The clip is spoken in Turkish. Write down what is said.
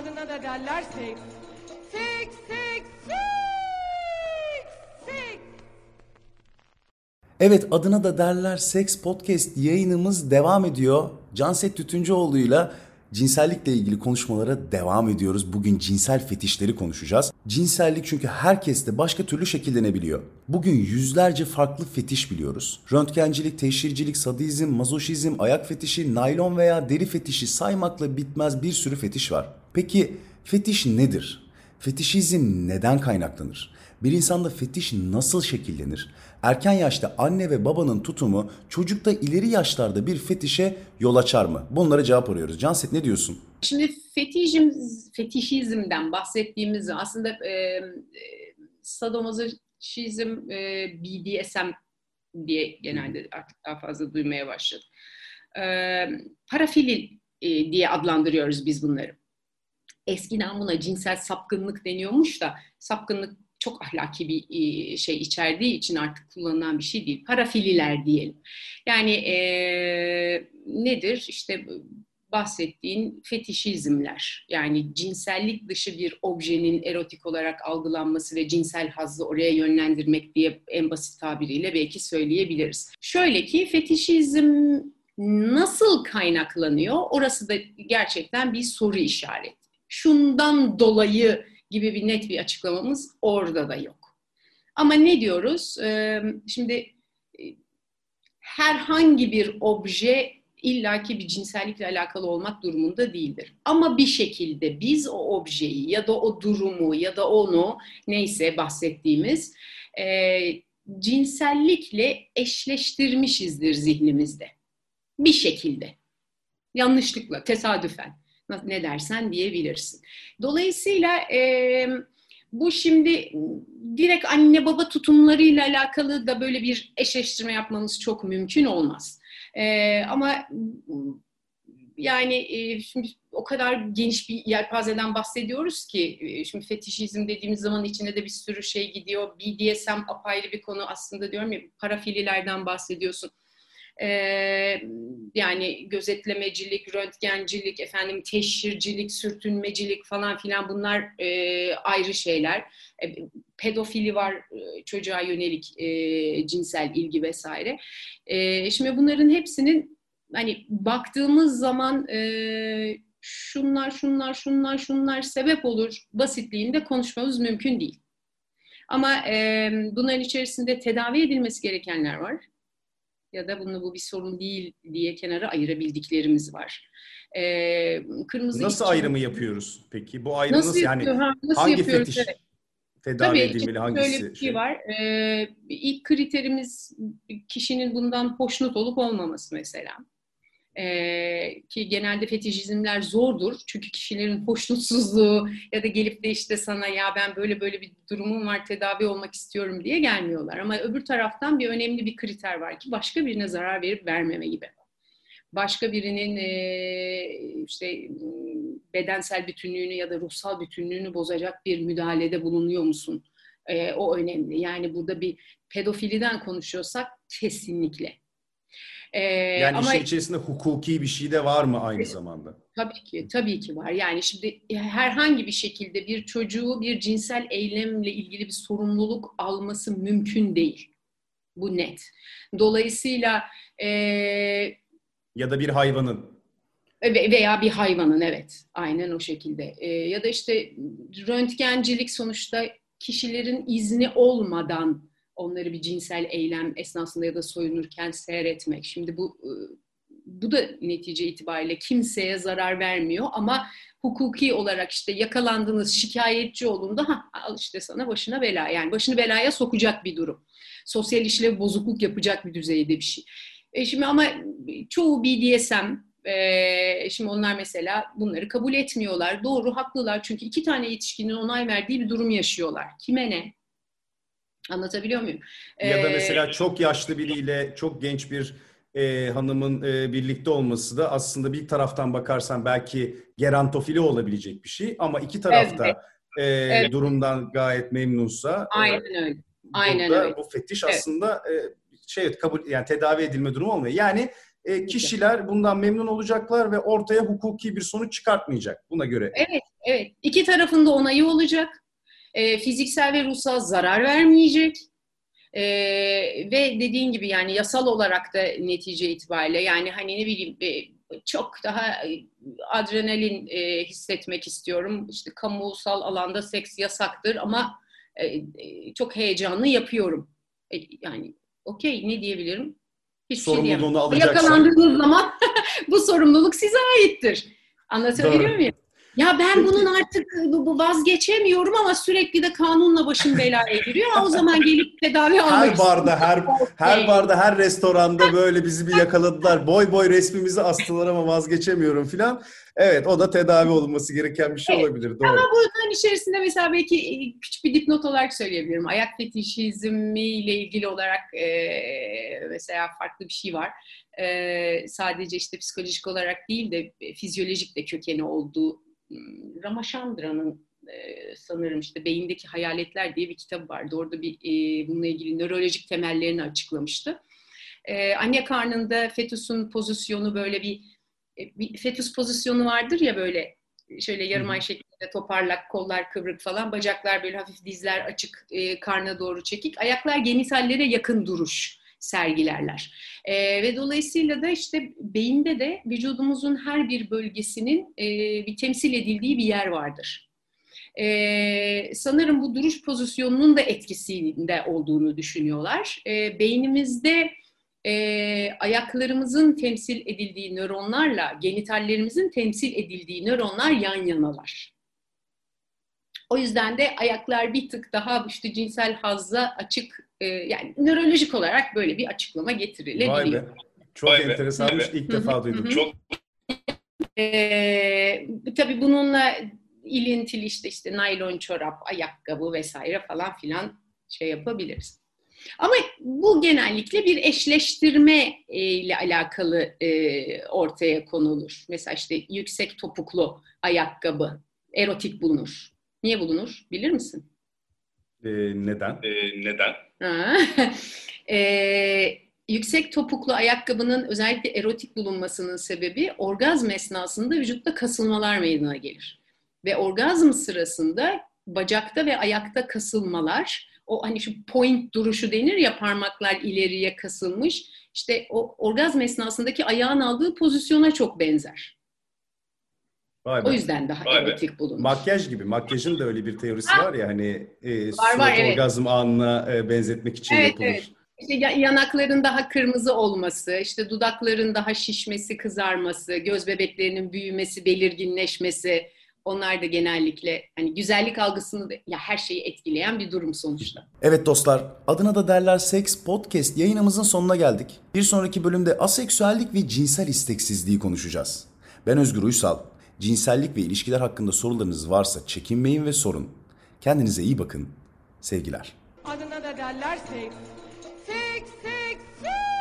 adına da derler seks. Seks, seks, seks, seks. Evet, adına da derler Seks Podcast yayınımız devam ediyor. Canset Tütüncüoğlu'yla cinsellikle ilgili konuşmalara devam ediyoruz. Bugün cinsel fetişleri konuşacağız. Cinsellik çünkü herkeste başka türlü şekillenebiliyor. Bugün yüzlerce farklı fetiş biliyoruz. Röntgencilik, teşhircilik, sadizm, mazoşizm, ayak fetişi, naylon veya deri fetişi saymakla bitmez bir sürü fetiş var. Peki fetiş nedir? Fetişizm neden kaynaklanır? Bir insanda fetiş nasıl şekillenir? Erken yaşta anne ve babanın tutumu çocukta ileri yaşlarda bir fetişe yol açar mı? Bunlara cevap arıyoruz. Canset, ne diyorsun? Şimdi fetişizmden bahsettiğimiz aslında sadomazoşizm, BDSM diye genelde artık daha fazla duymaya başladık. Parafili diye adlandırıyoruz biz bunları. Eskiden buna cinsel sapkınlık deniyormuş da sapkınlık çok ahlaki bir şey içerdiği için artık kullanılan bir şey değil. Parafililer diyelim. Yani nedir? İşte bahsettiğin fetişizmler. Yani cinsellik dışı bir objenin erotik olarak algılanması ve cinsel hazzı oraya yönlendirmek diye en basit tabiriyle belki söyleyebiliriz. Şöyle ki fetişizm nasıl kaynaklanıyor? Orası da gerçekten bir soru işareti. Şundan dolayı gibi bir net bir açıklamamız orada da yok. Ama ne diyoruz? Şimdi herhangi bir obje illaki bir cinsellikle alakalı olmak durumunda değildir. Ama bir şekilde biz o objeyi ya da o durumu ya da onu neyse bahsettiğimiz cinsellikle eşleştirmişizdir zihnimizde. Bir şekilde. Yanlışlıkla, tesadüfen. Ne dersen diyebilirsin. Dolayısıyla bu şimdi direkt anne baba tutumlarıyla alakalı da böyle bir eşleştirme yapmamız çok mümkün olmaz. Ama yani şimdi o kadar geniş bir yelpazeden bahsediyoruz ki şimdi fetişizm dediğimiz zaman içine de bir sürü şey gidiyor. BDSM apayrı bir konu aslında, diyorum ya, parafililerden bahsediyorsun. Yani gözetlemecilik, röntgencilik, teşhircilik, sürtünmecilik falan filan, bunlar ayrı şeyler. Pedofili var, çocuğa yönelik cinsel ilgi vesaire. Şimdi bunların hepsinin hani baktığımız zaman şunlar sebep olur basitliğinde konuşmamız mümkün değil. Ama bunların içerisinde tedavi edilmesi gerekenler var. Ya da bu bir sorun değil diye kenara ayırabildiklerimiz var. Nasıl ayrımı yapıyoruz peki? Bu ayrım nasıl yani? Nasıl hangi yapıyoruz? fetiş Evet. tedavi Tabii, edilmeli, hangisi? şöyle bir şey var. İlk kriterimiz kişinin bundan hoşnut olup olmaması mesela. Ki genelde fetişizmler zordur. Çünkü kişilerin hoşnutsuzluğu ya da gelip de işte sana ya ben böyle bir durumum var, tedavi olmak istiyorum diye gelmiyorlar. Ama öbür taraftan bir önemli bir kriter var ki başka birine zarar verip vermeme gibi. Başka birinin işte bedensel bütünlüğünü ya da ruhsal bütünlüğünü bozacak bir müdahalede bulunuyor musun? O önemli. Yani burada bir pedofiliden konuşuyorsak kesinlikle. Yani ama işin içerisinde hukuki bir şey de var mı aynı zamanda? Tabii ki var. Yani şimdi herhangi bir şekilde bir çocuğu bir cinsel eylemle ilgili bir sorumluluk alması mümkün değil. Bu net. Dolayısıyla ya da bir hayvanın. Veya bir hayvanın, evet. Aynen o şekilde. Ya da işte röntgencilik sonuçta kişilerin izni olmadan onları bir cinsel eylem esnasında ya da soyunurken seyretmek. Şimdi bu da netice itibariyle kimseye zarar vermiyor ama hukuki olarak işte yakalandınız, şikayetçi olduğunda al işte sana başına bela. Yani başını belaya sokacak bir durum. Sosyal işlev bozukluk yapacak bir düzeyde bir şey. Şimdi ama çoğu BDSM, şimdi onlar mesela bunları kabul etmiyorlar. Doğru, haklılar. Çünkü 2 tane yetişkinin onay verdiği bir durum yaşıyorlar. Kime ne? Anlatabiliyor muyum? Ya da mesela çok yaşlı biriyle çok genç bir hanımın birlikte olması da aslında bir taraftan bakarsan belki gerontofili olabilecek bir şey. Ama iki tarafta Evet. durumdan gayet memnunsa Aynen öyle. Aynen burada öyle. bu fetiş Evet. aslında kabul, yani tedavi edilme durumu olmuyor. Yani kişiler bundan memnun olacaklar ve ortaya hukuki bir sonuç çıkartmayacak buna göre. Evet, evet. İki tarafın da onayı olacak. Fiziksel ve ruhsal zarar vermeyecek. Ve dediğin gibi yani yasal olarak da netice itibariyle yani hani ne bileyim çok daha adrenalin hissetmek istiyorum. İşte kamusal alanda seks yasaktır ama çok heyecanlı yapıyorum. Yani okey, ne diyebilirim? Hiçbir şey diyemem. Sorumluluğunu alacaksan. Yakalandığınız zaman bu sorumluluk size aittir. Anlatabiliyor muyum? Ya ben bunun artık vazgeçemiyorum ama sürekli de kanunla başım belaya giriyor. O zaman gelip tedavi almak her barda, her restoranda böyle bizi bir yakaladılar. Boy boy resmimizi astılar ama vazgeçemiyorum filan. Evet, o da tedavi olunması gereken bir şey olabilir. Doğru. Ama bunun içerisinde mesela belki küçük bir dipnot olarak söyleyebilirim. Ayak fetişizmiyle ilgili olarak mesela farklı bir şey var. Sadece işte psikolojik olarak değil de fizyolojik de kökeni olduğu Ramachandra'nın sanırım işte Beyindeki Hayaletler diye bir kitabı vardı. Orada bununla ilgili nörolojik temellerini açıklamıştı. Anne karnında fetüsün pozisyonu böyle bir fetüs pozisyonu vardır ya, böyle şöyle yarım ay şeklinde toparlak, kollar kıvrık falan, bacaklar böyle hafif, dizler açık, karna doğru çekik, ayaklar genitallere yakın duruş sergilerler. Ve dolayısıyla da işte beyinde de vücudumuzun her bir bölgesinin bir temsil edildiği bir yer vardır. Sanırım bu duruş pozisyonunun da etkisinde olduğunu düşünüyorlar. Beynimizde ayaklarımızın temsil edildiği nöronlarla genitallerimizin temsil edildiği nöronlar yan yanalar. O yüzden de ayaklar bir tık daha işte cinsel hazza açık, yani nörolojik olarak böyle bir açıklama getirilebiliyor. Vay be. Çok enteresanmış. İlk defa duydum. Çok. Tabii bununla ilintili işte naylon çorap, ayakkabı vesaire falan filan şey yapabiliriz. Ama bu genellikle bir eşleştirme ile alakalı ortaya konulur. Mesela işte yüksek topuklu ayakkabı erotik bulunur. Niye bulunur? Bilir misin? Neden? Yüksek topuklu ayakkabının özellikle erotik bulunmasının sebebi orgazm esnasında vücutta kasılmalar meydana gelir. Ve orgazm sırasında bacakta ve ayakta kasılmalar, o hani şu point duruşu denir ya, parmaklar ileriye kasılmış, işte o orgazm esnasındaki ayağın aldığı pozisyona çok benzer. O yüzden daha erotik bulunur. Makyaj gibi. Makyajın da öyle bir teorisi var ya hani surat orgazm anına benzetmek için yapılır. Evet. İşte yanakların daha kırmızı olması, işte dudakların daha şişmesi, kızarması, göz bebeklerinin büyümesi, belirginleşmesi, onlar da genellikle hani güzellik algısını da, ya her şeyi etkileyen bir durum sonuçta. Evet dostlar, adına da derler Seks Podcast yayınımızın sonuna geldik. Bir sonraki bölümde aseksüellik ve cinsel isteksizliği konuşacağız. Ben Özgür Uysal. Cinsellik ve ilişkiler hakkında sorularınız varsa çekinmeyin ve sorun. Kendinize iyi bakın. Sevgiler. Adına da derler seks. Seks, seks, seks.